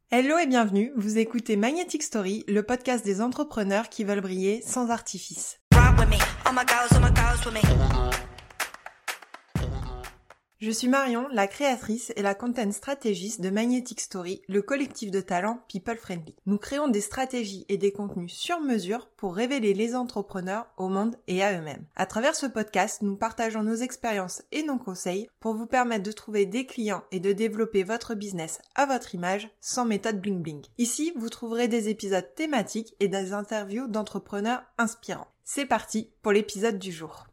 Hello et bienvenue, vous écoutez Magnetic Story, le podcast des entrepreneurs qui veulent briller sans artifice. Je suis Marion, la créatrice et la content stratégiste de Magnetic Story, le collectif de talents people friendly. Nous créons des stratégies et des contenus sur mesure pour révéler les entrepreneurs au monde et à eux-mêmes. À travers ce podcast, nous partageons nos expériences et nos conseils pour vous permettre de trouver des clients et de développer votre business à votre image sans méthode bling bling. Ici, vous trouverez des épisodes thématiques et des interviews d'entrepreneurs inspirants. C'est parti pour l'épisode du jour.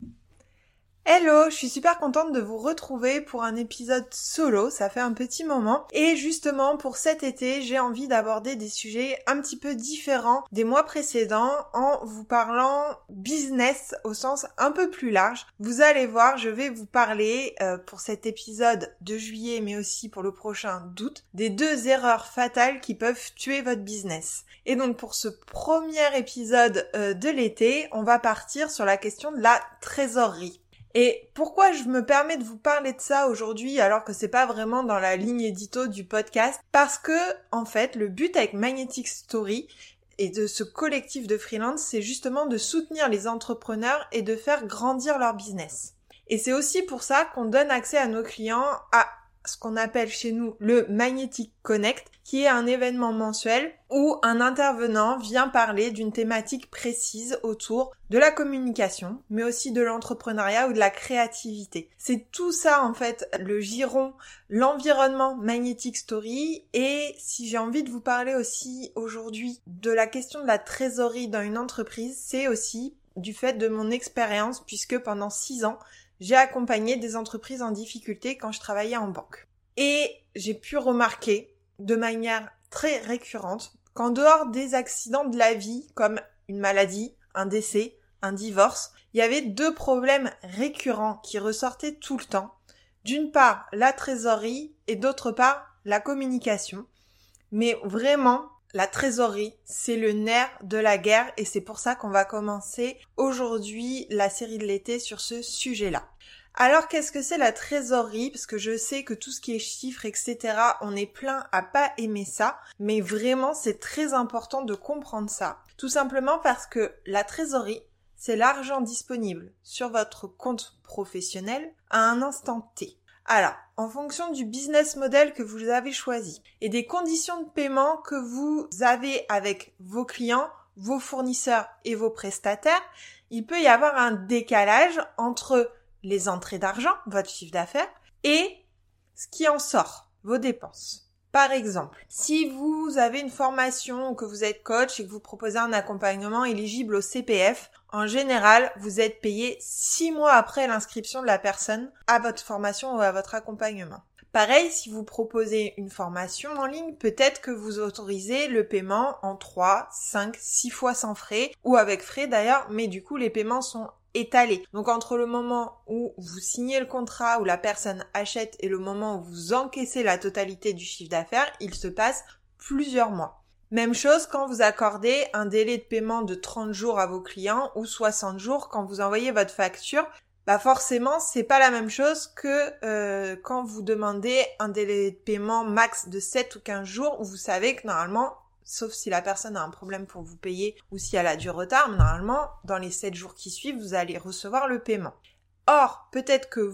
Hello, je suis super contente de vous retrouver pour un épisode solo, ça fait un petit moment. Et justement, pour cet été, j'ai envie d'aborder des sujets un petit peu différents des mois précédents en vous parlant business au sens un peu plus large. Vous allez voir, je vais vous parler pour cet épisode de juillet, mais aussi pour le prochain d'août, des 2 erreurs fatales qui peuvent tuer votre business. Et donc pour ce premier épisode de l'été, on va partir sur la question de la trésorerie. Et pourquoi je me permets de vous parler de ça aujourd'hui alors que c'est pas vraiment dans la ligne édito du podcast? Parce que, en fait, le but avec Magnetic Story et de ce collectif de freelance, c'est justement de soutenir les entrepreneurs et de faire grandir leur business. Et c'est aussi pour ça qu'on donne accès à nos clients à ce qu'on appelle chez nous le Magnetic Connect, qui est un événement mensuel où un intervenant vient parler d'une thématique précise autour de la communication, mais aussi de l'entrepreneuriat ou de la créativité. C'est tout ça en fait, le giron, l'environnement Magnetic Story. Et si j'ai envie de vous parler aussi aujourd'hui de la question de la trésorerie dans une entreprise, c'est aussi du fait de mon expérience, puisque pendant 6 ans, j'ai accompagné des entreprises en difficulté quand je travaillais en banque. Et j'ai pu remarquer de manière très récurrente qu'en dehors des accidents de la vie, comme une maladie, un décès, un divorce, il y avait 2 problèmes récurrents qui ressortaient tout le temps. D'une part, la trésorerie et d'autre part, la communication. Mais vraiment, la trésorerie, c'est le nerf de la guerre et c'est pour ça qu'on va commencer aujourd'hui la série de l'été sur ce sujet-là. Alors qu'est-ce que c'est la trésorerie? Parce que je sais que tout ce qui est chiffres, etc., on est plein à pas aimer ça, mais vraiment c'est très important de comprendre ça. Tout simplement parce que la trésorerie, c'est l'argent disponible sur votre compte professionnel à un instant T. Alors, en fonction du business model que vous avez choisi et des conditions de paiement que vous avez avec vos clients, vos fournisseurs et vos prestataires, il peut y avoir un décalage entre les entrées d'argent, votre chiffre d'affaires, et ce qui en sort, vos dépenses. Par exemple, si vous avez une formation ou que vous êtes coach et que vous proposez un accompagnement éligible au CPF, en général, vous êtes payé 6 mois après l'inscription de la personne à votre formation ou à votre accompagnement. Pareil, si vous proposez une formation en ligne, peut-être que vous autorisez le paiement en 3, 5, 6 fois sans frais, ou avec frais d'ailleurs, mais du coup les paiements sont étalés. Donc entre le moment où vous signez le contrat, où la personne achète, et le moment où vous encaissez la totalité du chiffre d'affaires, il se passe plusieurs mois. Même chose quand vous accordez un délai de paiement de 30 jours à vos clients ou 60 jours quand vous envoyez votre facture. Forcément, c'est pas la même chose que quand vous demandez un délai de paiement max de 7 ou 15 jours où vous savez que normalement, sauf si la personne a un problème pour vous payer ou si elle a du retard, mais normalement, dans les 7 jours qui suivent, vous allez recevoir le paiement. Or, peut-être que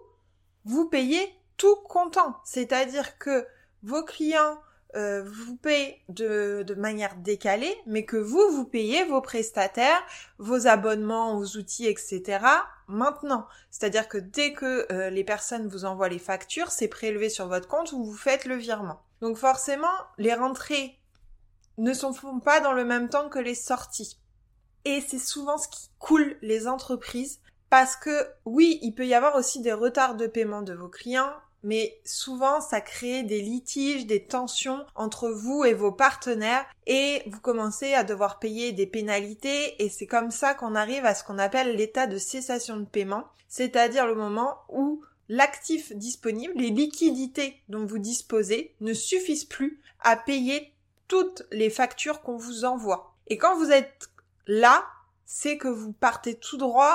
vous payez tout comptant, c'est-à-dire que vos clients vous payez de manière décalée, mais que vous payez vos prestataires, vos abonnements aux outils, etc. maintenant. C'est-à-dire que dès que les personnes vous envoient les factures, c'est prélevé sur votre compte où vous faites le virement. Donc forcément, les rentrées ne se font pas dans le même temps que les sorties. Et c'est souvent ce qui coule les entreprises parce que oui, il peut y avoir aussi des retards de paiement de vos clients, mais souvent ça crée des litiges, des tensions entre vous et vos partenaires et vous commencez à devoir payer des pénalités et c'est comme ça qu'on arrive à ce qu'on appelle l'état de cessation de paiement, c'est-à-dire le moment où l'actif disponible, les liquidités dont vous disposez ne suffisent plus à payer toutes les factures qu'on vous envoie. Et quand vous êtes là, c'est que vous partez tout droit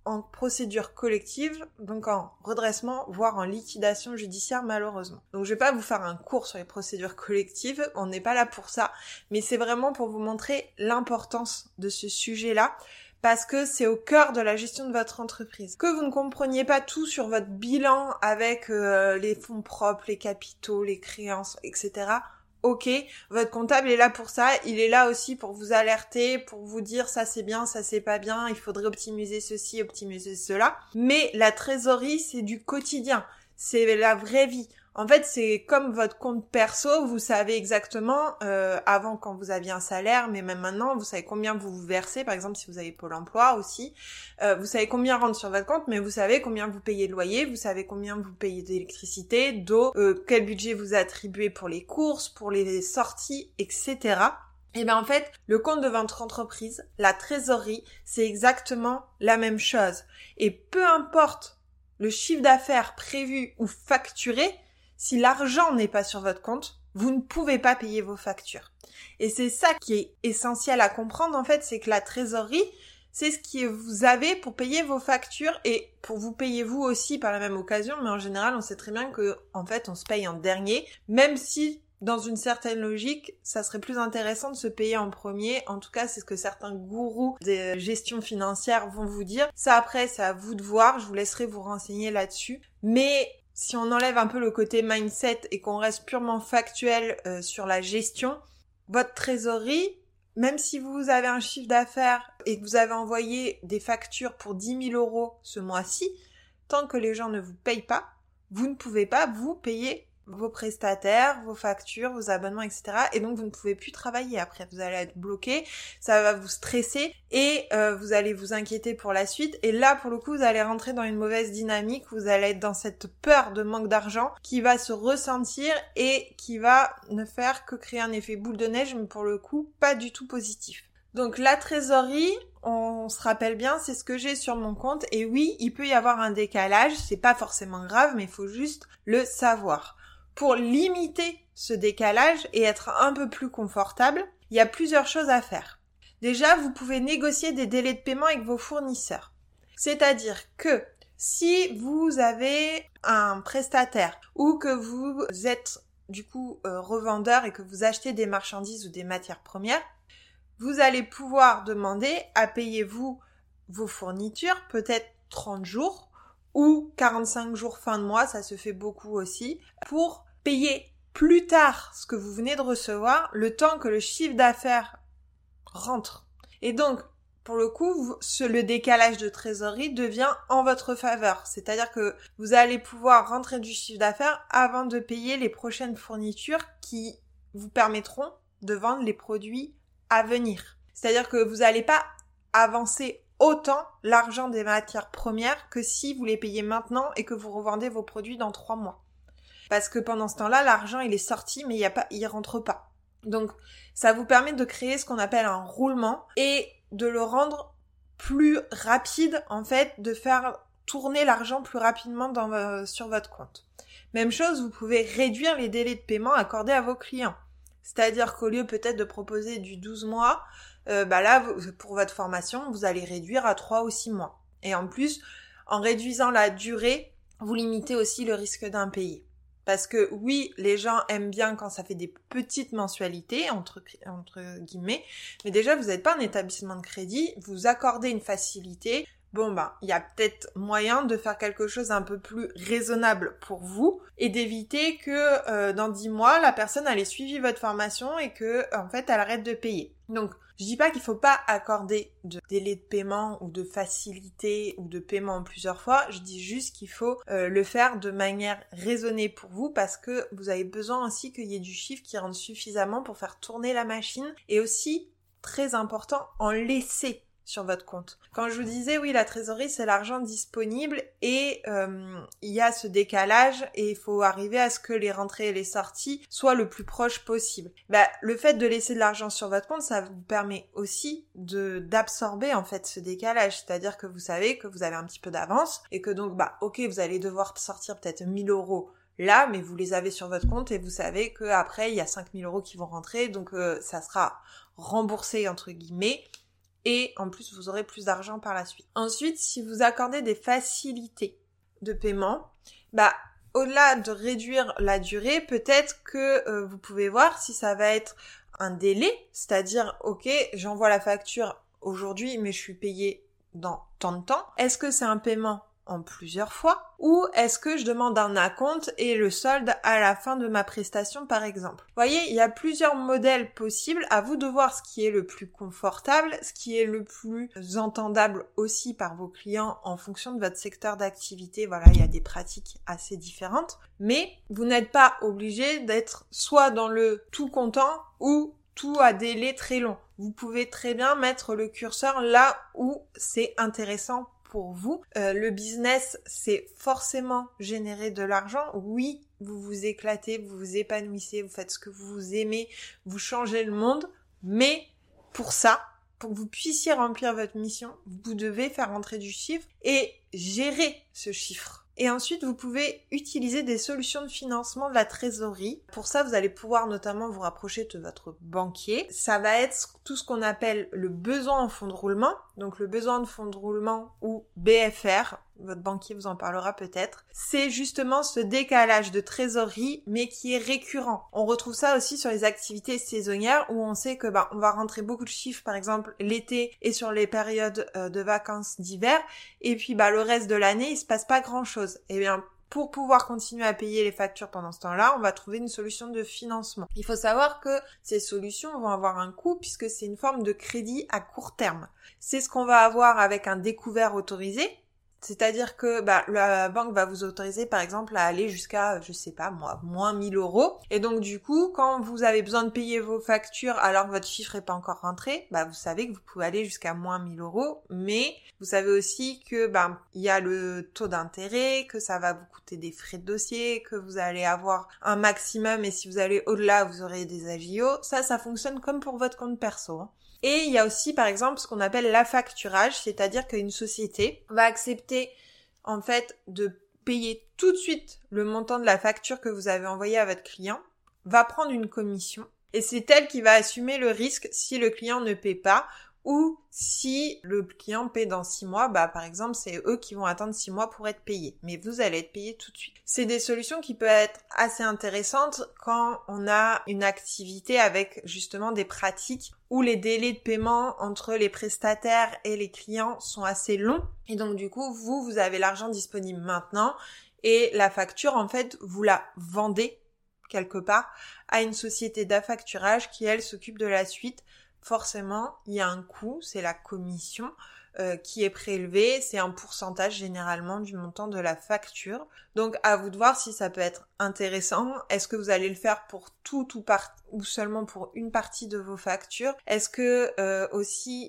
en procédure collective, donc en redressement, voire en liquidation judiciaire malheureusement. Donc je vais pas vous faire un cours sur les procédures collectives, on n'est pas là pour ça, mais c'est vraiment pour vous montrer l'importance de ce sujet-là, parce que c'est au cœur de la gestion de votre entreprise. Que vous ne compreniez pas tout sur votre bilan avec les fonds propres, les capitaux, les créances, etc., ok, votre comptable est là pour ça, il est là aussi pour vous alerter, pour vous dire ça c'est bien, ça c'est pas bien, il faudrait optimiser ceci, optimiser cela. Mais la trésorerie, c'est du quotidien, c'est la vraie vie. En fait, c'est comme votre compte perso, vous savez exactement, avant quand vous aviez un salaire, mais même maintenant, vous savez combien vous versez, par exemple si vous avez Pôle emploi aussi, vous savez combien rentre sur votre compte, mais vous savez combien vous payez de loyer, vous savez combien vous payez d'électricité, d'eau, quel budget vous attribuez pour les courses, pour les sorties, etc. Et bien en fait, le compte de votre entreprise, la trésorerie, c'est exactement la même chose. Et peu importe le chiffre d'affaires prévu ou facturé, si l'argent n'est pas sur votre compte, vous ne pouvez pas payer vos factures. Et c'est ça qui est essentiel à comprendre en fait, c'est que la trésorerie, c'est ce que vous avez pour payer vos factures et pour vous payer vous aussi par la même occasion, mais en général, on sait très bien que en fait, on se paye en dernier, même si dans une certaine logique, ça serait plus intéressant de se payer en premier. En tout cas, c'est ce que certains gourous de gestion financière vont vous dire. Ça après, c'est à vous de voir, je vous laisserai vous renseigner là-dessus. Mais si on enlève un peu le côté mindset et qu'on reste purement factuel sur la gestion, votre trésorerie, même si vous avez un chiffre d'affaires et que vous avez envoyé des factures pour 10 000 € ce mois-ci, tant que les gens ne vous payent pas, vous ne pouvez pas vous payer vos prestataires, vos factures, vos abonnements, etc. Et donc, vous ne pouvez plus travailler après. Vous allez être bloqué, ça va vous stresser et vous allez vous inquiéter pour la suite. Et là, pour le coup, vous allez rentrer dans une mauvaise dynamique. Vous allez être dans cette peur de manque d'argent qui va se ressentir et qui va ne faire que créer un effet boule de neige, mais pour le coup, pas du tout positif. Donc, la trésorerie, on se rappelle bien, c'est ce que j'ai sur mon compte. Et oui, il peut y avoir un décalage. C'est pas forcément grave, mais il faut juste le savoir. Pour limiter ce décalage et être un peu plus confortable, il y a plusieurs choses à faire. Déjà, vous pouvez négocier des délais de paiement avec vos fournisseurs. C'est-à-dire que si vous avez un prestataire ou que vous êtes du coup revendeur et que vous achetez des marchandises ou des matières premières, vous allez pouvoir demander à payer vous vos fournitures peut-être 30 jours ou 45 jours fin de mois, ça se fait beaucoup aussi, pour payer plus tard ce que vous venez de recevoir, le temps que le chiffre d'affaires rentre. Et donc, pour le coup, le décalage de trésorerie devient en votre faveur. C'est-à-dire que vous allez pouvoir rentrer du chiffre d'affaires avant de payer les prochaines fournitures qui vous permettront de vendre les produits à venir. C'est-à-dire que vous n'allez pas avancer autant l'argent des matières premières que si vous les payez maintenant et que vous revendez vos produits dans 3 mois. Parce que pendant ce temps-là, l'argent il est sorti mais il rentre pas. Donc ça vous permet de créer ce qu'on appelle un roulement et de le rendre plus rapide en fait, de faire tourner l'argent plus rapidement sur votre compte. Même chose, vous pouvez réduire les délais de paiement accordés à vos clients. C'est-à-dire qu'au lieu peut-être de proposer du 12 mois, là, pour votre formation, vous allez réduire à 3 ou 6 mois. Et en plus, en réduisant la durée, vous limitez aussi le risque d'impayé. Parce que oui, les gens aiment bien quand ça fait des petites mensualités, entre guillemets, mais déjà, vous n'êtes pas un établissement de crédit, vous accordez une facilité. Bon, il y a peut-être moyen de faire quelque chose un peu plus raisonnable pour vous et d'éviter que dans 10 mois, la personne elle ait suivi votre formation et que en fait, elle arrête de payer. Donc, je dis pas qu'il faut pas accorder de délai de paiement ou de facilité ou de paiement en plusieurs fois, je dis juste qu'il faut le faire de manière raisonnée pour vous parce que vous avez besoin aussi qu'il y ait du chiffre qui rentre suffisamment pour faire tourner la machine et aussi, très important, en laisser sur votre compte. Quand je vous disais, oui, la trésorerie, c'est l'argent disponible et il y a ce décalage et il faut arriver à ce que les rentrées et les sorties soient le plus proches possible. Le fait de laisser de l'argent sur votre compte, ça vous permet aussi d'absorber en fait ce décalage. C'est-à-dire que vous savez que vous avez un petit peu d'avance et que donc, ok, vous allez devoir sortir peut-être 1 000 € là, mais vous les avez sur votre compte et vous savez qu'après, il y a 5 000 € qui vont rentrer, donc ça sera remboursé entre guillemets. et en plus vous aurez plus d'argent par la suite. Ensuite, si vous accordez des facilités de paiement, au-delà de réduire la durée, peut-être que vous pouvez voir si ça va être un délai, c'est-à-dire ok, j'envoie la facture aujourd'hui mais je suis payé dans tant de temps. Est-ce que c'est un paiement en plusieurs fois ou est-ce que je demande un acompte et le solde à la fin de ma prestation par exemple. Vous voyez, il y a plusieurs modèles possibles, à vous de voir ce qui est le plus confortable, ce qui est le plus entendable aussi par vos clients en fonction de votre secteur d'activité. Voilà, il y a des pratiques assez différentes, mais vous n'êtes pas obligé d'être soit dans le tout comptant ou tout à délai très long. Vous pouvez très bien mettre le curseur là où c'est intéressant pour vous. Le business, c'est forcément générer de l'argent. Oui, vous vous éclatez, vous vous épanouissez, vous faites ce que vous aimez, vous changez le monde, mais pour ça, pour que vous puissiez remplir votre mission, vous devez faire rentrer du chiffre et gérer ce chiffre. Et ensuite, vous pouvez utiliser des solutions de financement de la trésorerie. Pour ça, vous allez pouvoir notamment vous rapprocher de votre banquier. Ça va être tout ce qu'on appelle le besoin en fonds de roulement. Donc le besoin de fonds de roulement ou BFR, votre banquier vous en parlera peut-être. C'est justement ce décalage de trésorerie mais qui est récurrent. On retrouve ça aussi sur les activités saisonnières où on sait que on va rentrer beaucoup de chiffres par exemple l'été et sur les périodes de vacances d'hiver et puis le reste de l'année il se passe pas grand-chose. Eh bien pour pouvoir continuer à payer les factures pendant ce temps-là, on va trouver une solution de financement. Il faut savoir que ces solutions vont avoir un coût puisque c'est une forme de crédit à court terme. C'est ce qu'on va avoir avec un découvert autorisé. C'est-à-dire que la banque va vous autoriser par exemple à aller jusqu'à, moins 1000 €. Et donc du coup, quand vous avez besoin de payer vos factures alors que votre chiffre n'est pas encore rentré, vous savez que vous pouvez aller jusqu'à moins 1000 €. Mais vous savez aussi que il y a le taux d'intérêt, que ça va vous coûter des frais de dossier, que vous allez avoir un maximum et si vous allez au-delà, vous aurez des AGO. Ça fonctionne comme pour votre compte perso. Et il y a aussi, par exemple, ce qu'on appelle l'affacturage, c'est-à-dire qu'une société va accepter, en fait, de payer tout de suite le montant de la facture que vous avez envoyée à votre client, va prendre une commission, et c'est elle qui va assumer le risque si le client ne paie pas, ou si le client paie dans 6 mois, par exemple, c'est eux qui vont attendre 6 mois pour être payés. Mais vous allez être payé tout de suite. C'est des solutions qui peuvent être assez intéressantes quand on a une activité avec justement des pratiques où les délais de paiement entre les prestataires et les clients sont assez longs. Et donc du coup, vous avez l'argent disponible maintenant et la facture, en fait, vous la vendez quelque part à une société d'affacturage qui, elle, s'occupe de la suite. Forcément, il y a un coût, c'est la commission qui est prélevée, c'est un pourcentage généralement du montant de la facture. Donc à vous de voir si ça peut être intéressant. Est-ce que vous allez le faire pour tout ou seulement pour une partie de vos factures? Est-ce que aussi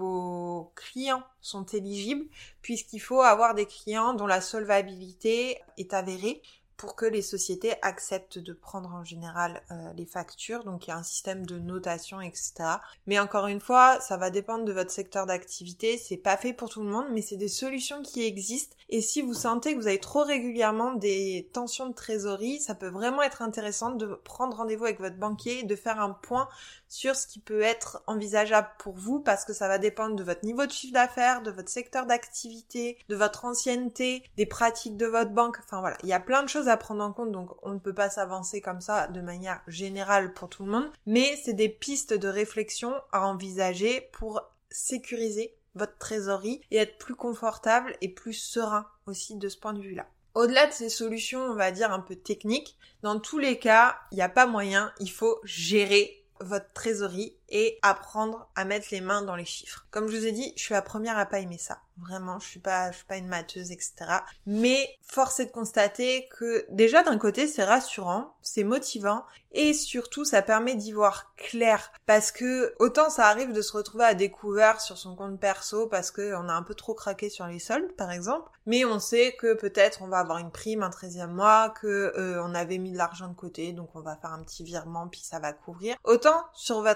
vos clients sont éligibles puisqu'il faut avoir des clients dont la solvabilité est avérée pour que les sociétés acceptent de prendre en général les factures. Donc il y a un système de notation, etc. Mais encore une fois, ça va dépendre de votre secteur d'activité. C'est pas fait pour tout le monde, mais c'est des solutions qui existent. Et si vous sentez que vous avez trop régulièrement des tensions de trésorerie, ça peut vraiment être intéressant de prendre rendez-vous avec votre banquier et de faire un point sur ce qui peut être envisageable pour vous, parce que ça va dépendre de votre niveau de chiffre d'affaires, de votre secteur d'activité, de votre ancienneté, des pratiques de votre banque. Enfin voilà, il y a plein de choses à prendre en compte, donc on ne peut pas s'avancer comme ça de manière générale pour tout le monde, mais c'est des pistes de réflexion à envisager pour sécuriser votre trésorerie et être plus confortable et plus serein aussi de ce point de vue-là. Au-delà de ces solutions, on va dire un peu techniques, dans tous les cas, il n'y a pas moyen, il faut gérer votre trésorerie et apprendre à mettre les mains dans les chiffres. Comme je vous ai dit, je suis la première à pas aimer ça. Vraiment, je suis pas une matheuse, etc. Mais force est de constater que déjà d'un côté c'est rassurant, c'est motivant et surtout ça permet d'y voir clair. Parce que autant ça arrive de se retrouver à découvert sur son compte perso parce qu'on a un peu trop craqué sur les soldes par exemple, mais on sait que peut-être on va avoir une prime un 13e mois, que on avait mis de l'argent de côté, donc on va faire un petit virement puis ça va couvrir. Autant sur votre entreprise,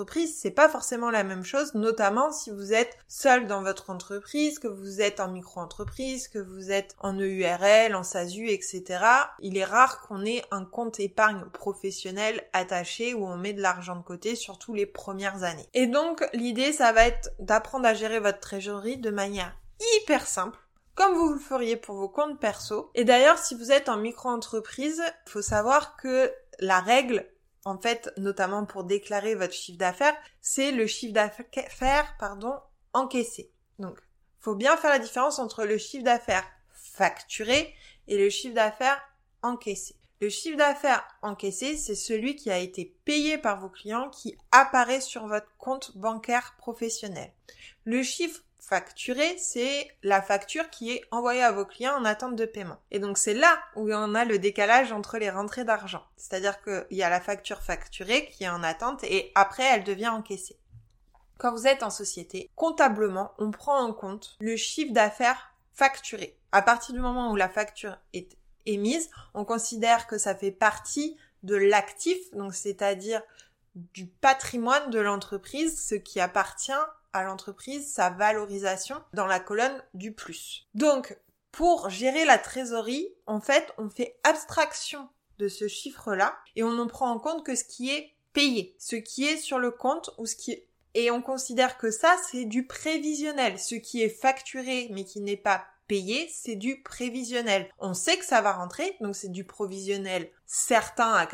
entreprise, c'est pas forcément la même chose, notamment si vous êtes seul dans votre entreprise, que vous êtes en micro-entreprise, que vous êtes en EURL, en SASU, etc. Il est rare qu'on ait un compte épargne professionnel attaché où on met de l'argent de côté, surtout les premières années. Et donc, l'idée, ça va être d'apprendre à gérer votre trésorerie de manière hyper simple, comme vous le feriez pour vos comptes perso. Et d'ailleurs, si vous êtes en micro-entreprise, il faut savoir que la règle, en fait, notamment pour déclarer votre chiffre d'affaires, c'est le chiffre d'affaires, encaissé. Donc, faut bien faire la différence entre le chiffre d'affaires facturé et le chiffre d'affaires encaissé. Le chiffre d'affaires encaissé, c'est celui qui a été payé par vos clients, qui apparaît sur votre compte bancaire professionnel. Le chiffre facturé, c'est la facture qui est envoyée à vos clients en attente de paiement. Et donc c'est là où on a le décalage entre les rentrées d'argent. C'est-à-dire qu'il y a la facture facturée qui est en attente et après elle devient encaissée. Quand vous êtes en société, comptablement, on prend en compte le chiffre d'affaires facturé. À partir du moment où la facture est émise, on considère que ça fait partie de l'actif, donc c'est-à-dire du patrimoine de l'entreprise, ce qui appartient à l'entreprise, sa valorisation dans la colonne du plus. Donc, pour gérer la trésorerie, en fait, on fait abstraction de ce chiffre-là et on ne prend en compte que ce qui est payé, ce qui est sur le compte ou ce qui est... Et on considère que ça, c'est du prévisionnel. Ce qui est facturé mais qui n'est pas payé, c'est du prévisionnel. On sait que ça va rentrer, donc c'est du provisionnel certain à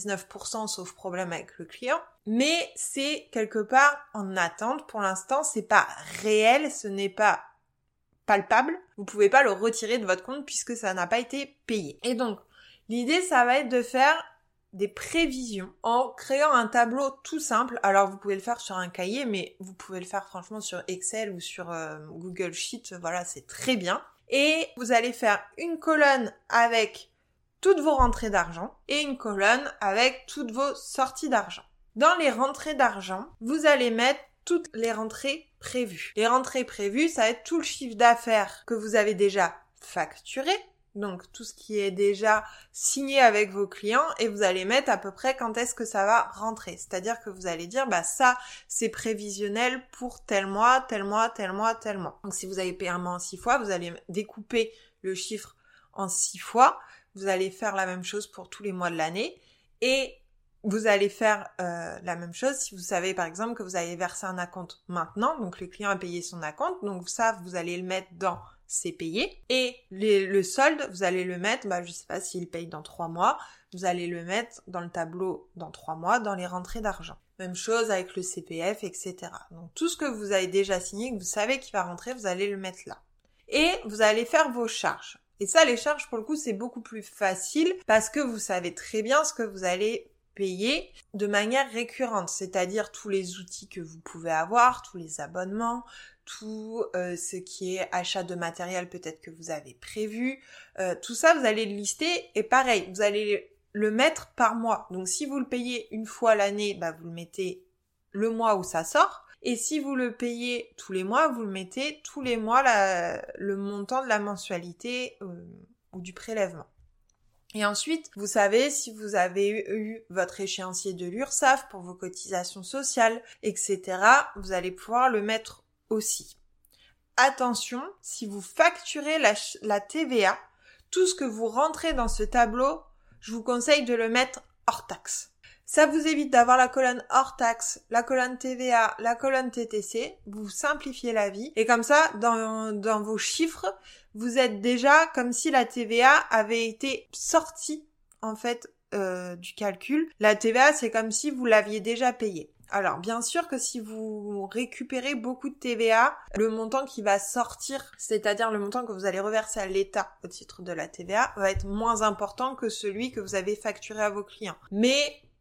99%, sauf problème avec le client. Mais c'est quelque part en attente. Pour l'instant, c'est pas réel, ce n'est pas palpable. Vous pouvez pas le retirer de votre compte puisque ça n'a pas été payé. Et donc, l'idée, ça va être de faire des prévisions en créant un tableau tout simple. Alors, vous pouvez le faire sur un cahier, mais vous pouvez le faire franchement sur Excel ou sur Google Sheet. Voilà, c'est très bien. Et vous allez faire une colonne avec toutes vos rentrées d'argent et une colonne avec toutes vos sorties d'argent. Dans les rentrées d'argent, vous allez mettre toutes les rentrées prévues. Les rentrées prévues, ça va être tout le chiffre d'affaires que vous avez déjà facturé, donc tout ce qui est déjà signé avec vos clients, et vous allez mettre à peu près quand est-ce que ça va rentrer. C'est-à-dire que vous allez dire, ça, c'est prévisionnel pour tel mois, tel mois, tel mois, tel mois. Donc si vous avez payé un mois en 6 fois, vous allez découper le chiffre en 6 fois. Vous allez faire la même chose pour tous les mois de l'année, et vous allez faire la même chose si vous savez par exemple que vous allez verser un acompte maintenant, donc le client a payé son acompte, donc ça vous allez le mettre dans c'est payé, et le solde vous allez le mettre, je sais pas s'il paye dans 3 mois, vous allez le mettre dans le tableau dans 3 mois dans les rentrées d'argent. Même chose avec le CPF, etc. Donc tout ce que vous avez déjà signé, que vous savez qu'il va rentrer, vous allez le mettre là. Et vous allez faire vos charges. Et ça, les charges, pour le coup, c'est beaucoup plus facile parce que vous savez très bien ce que vous allez payer de manière récurrente, c'est-à-dire tous les outils que vous pouvez avoir, tous les abonnements, tout ce qui est achat de matériel peut-être que vous avez prévu, tout ça vous allez le lister et pareil, vous allez le mettre par mois. Donc si vous le payez une fois l'année, vous le mettez le mois où ça sort, et si vous le payez tous les mois, vous le mettez tous les mois le montant de la mensualité ou du prélèvement. Et ensuite, vous savez si vous avez eu votre échéancier de l'URSSAF pour vos cotisations sociales, etc. Vous allez pouvoir le mettre aussi. Attention, si vous facturez la TVA, tout ce que vous rentrez dans ce tableau, je vous conseille de le mettre hors taxe. Ça vous évite d'avoir la colonne hors taxe, la colonne TVA, la colonne TTC, vous simplifiez la vie, et comme ça, dans vos chiffres, vous êtes déjà comme si la TVA avait été sortie, en fait, du calcul. La TVA, c'est comme si vous l'aviez déjà payée. Alors, bien sûr que si vous récupérez beaucoup de TVA, le montant qui va sortir, c'est-à-dire le montant que vous allez reverser à l'État au titre de la TVA, va être moins important que celui que vous avez facturé à vos clients. Mais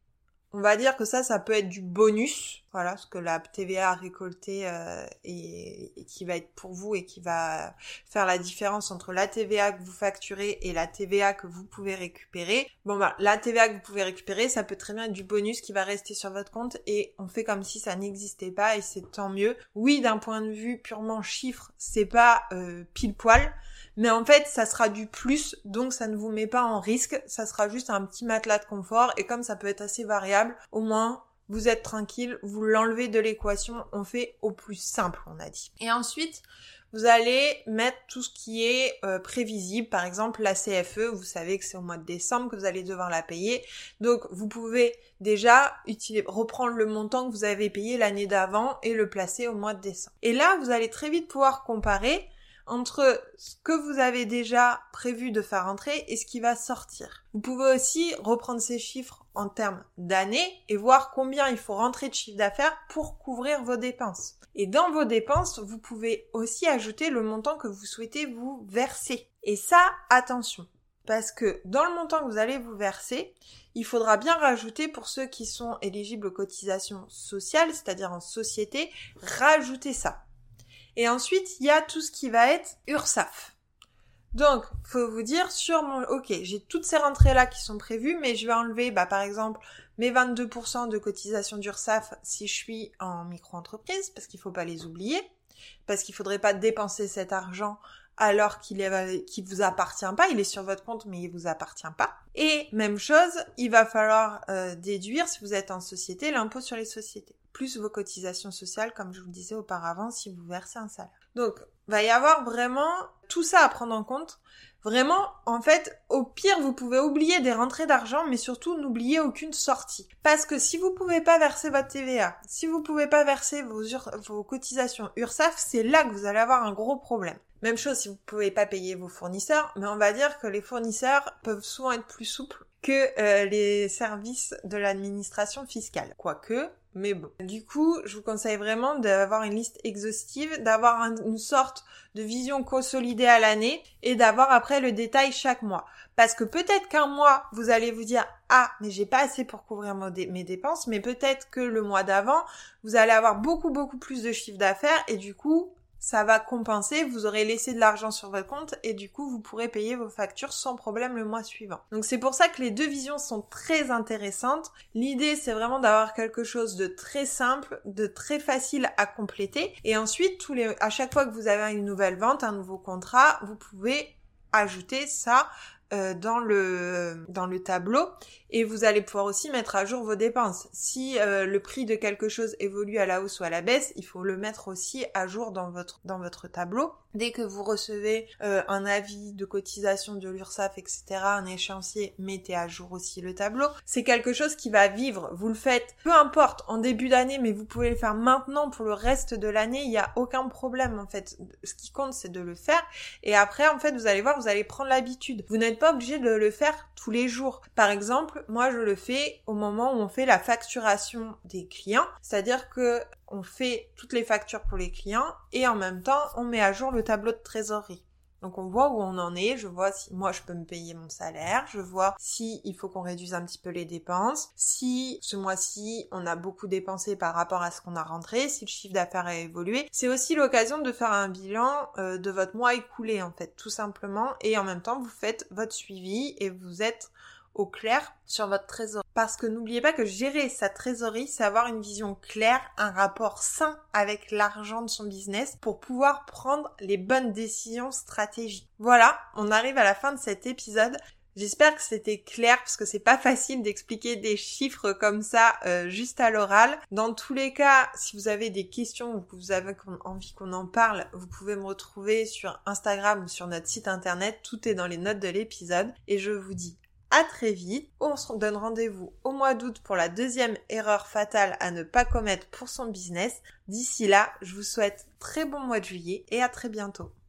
on va dire que ça peut être du bonus, voilà, ce que la TVA a récolté et qui va être pour vous et qui va faire la différence entre la TVA que vous facturez et la TVA que vous pouvez récupérer. La TVA que vous pouvez récupérer, ça peut très bien être du bonus qui va rester sur votre compte et on fait comme si ça n'existait pas et c'est tant mieux. Oui, d'un point de vue purement chiffre, c'est pas pile poil, mais en fait, ça sera du plus, donc ça ne vous met pas en risque, ça sera juste un petit matelas de confort, et comme ça peut être assez variable, au moins, vous êtes tranquille, vous l'enlevez de l'équation, on fait au plus simple, on a dit. Et ensuite, vous allez mettre tout ce qui est prévisible, par exemple la CFE, vous savez que c'est au mois de décembre que vous allez devoir la payer, donc vous pouvez déjà reprendre le montant que vous avez payé l'année d'avant et le placer au mois de décembre. Et là, vous allez très vite pouvoir comparer entre ce que vous avez déjà prévu de faire rentrer et ce qui va sortir. Vous pouvez aussi reprendre ces chiffres en termes d'années et voir combien il faut rentrer de chiffre d'affaires pour couvrir vos dépenses. Et dans vos dépenses, vous pouvez aussi ajouter le montant que vous souhaitez vous verser. Et ça, attention, parce que dans le montant que vous allez vous verser, il faudra bien rajouter pour ceux qui sont éligibles aux cotisations sociales, c'est-à-dire en société, rajouter ça. Et ensuite, il y a tout ce qui va être URSSAF. Donc, faut vous dire ok, j'ai toutes ces rentrées-là qui sont prévues, mais je vais enlever, par exemple, mes 22% de cotisation d'URSSAF si je suis en micro-entreprise, parce qu'il faut pas les oublier, parce qu'il faudrait pas dépenser cet argent alors qu'il vous appartient pas, il est sur votre compte, mais il vous appartient pas. Et même chose, il va falloir déduire, si vous êtes en société, l'impôt sur les sociétés, plus vos cotisations sociales, comme je vous le disais auparavant, si vous versez un salaire. Donc, va y avoir vraiment tout ça à prendre en compte. Vraiment, en fait, au pire, vous pouvez oublier des rentrées d'argent, mais surtout, n'oubliez aucune sortie. Parce que si vous pouvez pas verser votre TVA, si vous pouvez pas verser vos cotisations URSSAF, c'est là que vous allez avoir un gros problème. Même chose si vous pouvez pas payer vos fournisseurs, mais on va dire que les fournisseurs peuvent souvent être plus souples que les services de l'administration fiscale. Quoique, mais bon. Du coup, je vous conseille vraiment d'avoir une liste exhaustive, d'avoir une sorte de vision consolidée à l'année et d'avoir après le détail chaque mois. Parce que peut-être qu'un mois, vous allez vous dire « Ah, mais j'ai pas assez pour couvrir mes dépenses », mais peut-être que le mois d'avant, vous allez avoir beaucoup plus de chiffre d'affaires et du coup, ça va compenser, vous aurez laissé de l'argent sur votre compte et du coup, vous pourrez payer vos factures sans problème le mois suivant. Donc c'est pour ça que les deux visions sont très intéressantes. L'idée, c'est vraiment d'avoir quelque chose de très simple, de très facile à compléter. Et ensuite, à chaque fois que vous avez une nouvelle vente, un nouveau contrat, vous pouvez ajouter ça dans le tableau et vous allez pouvoir aussi mettre à jour vos dépenses. Si le prix de quelque chose évolue à la hausse ou à la baisse, il faut le mettre aussi à jour dans votre tableau. Dès que vous recevez un avis de cotisation de l'URSSAF, etc., un échéancier, mettez à jour aussi le tableau. C'est quelque chose qui va vivre. Vous le faites, peu importe, en début d'année, mais vous pouvez le faire maintenant pour le reste de l'année. Il n'y a aucun problème, en fait. Ce qui compte, c'est de le faire. Et après, en fait, vous allez voir, vous allez prendre l'habitude. Vous n'êtes pas obligé de le faire tous les jours. Par exemple, moi, je le fais au moment où on fait la facturation des clients. C'est-à-dire que on fait toutes les factures pour les clients et en même temps, on met à jour le tableau de trésorerie. Donc on voit où on en est, je vois si moi je peux me payer mon salaire, je vois si il faut qu'on réduise un petit peu les dépenses, si ce mois-ci on a beaucoup dépensé par rapport à ce qu'on a rentré, si le chiffre d'affaires a évolué. C'est aussi l'occasion de faire un bilan de votre mois écoulé en fait, tout simplement, et en même temps vous faites votre suivi et vous êtes au clair sur votre trésorerie. Parce que n'oubliez pas que gérer sa trésorerie, c'est avoir une vision claire, un rapport sain avec l'argent de son business pour pouvoir prendre les bonnes décisions stratégiques. Voilà, on arrive à la fin de cet épisode. J'espère que c'était clair parce que c'est pas facile d'expliquer des chiffres comme ça juste à l'oral. Dans tous les cas, si vous avez des questions ou que vous avez envie qu'on en parle, vous pouvez me retrouver sur Instagram ou sur notre site internet. Tout est dans les notes de l'épisode et je vous dis à très vite. On se donne rendez-vous au mois d'août pour la deuxième erreur fatale à ne pas commettre pour son business. D'ici là, je vous souhaite très bon mois de juillet et à très bientôt.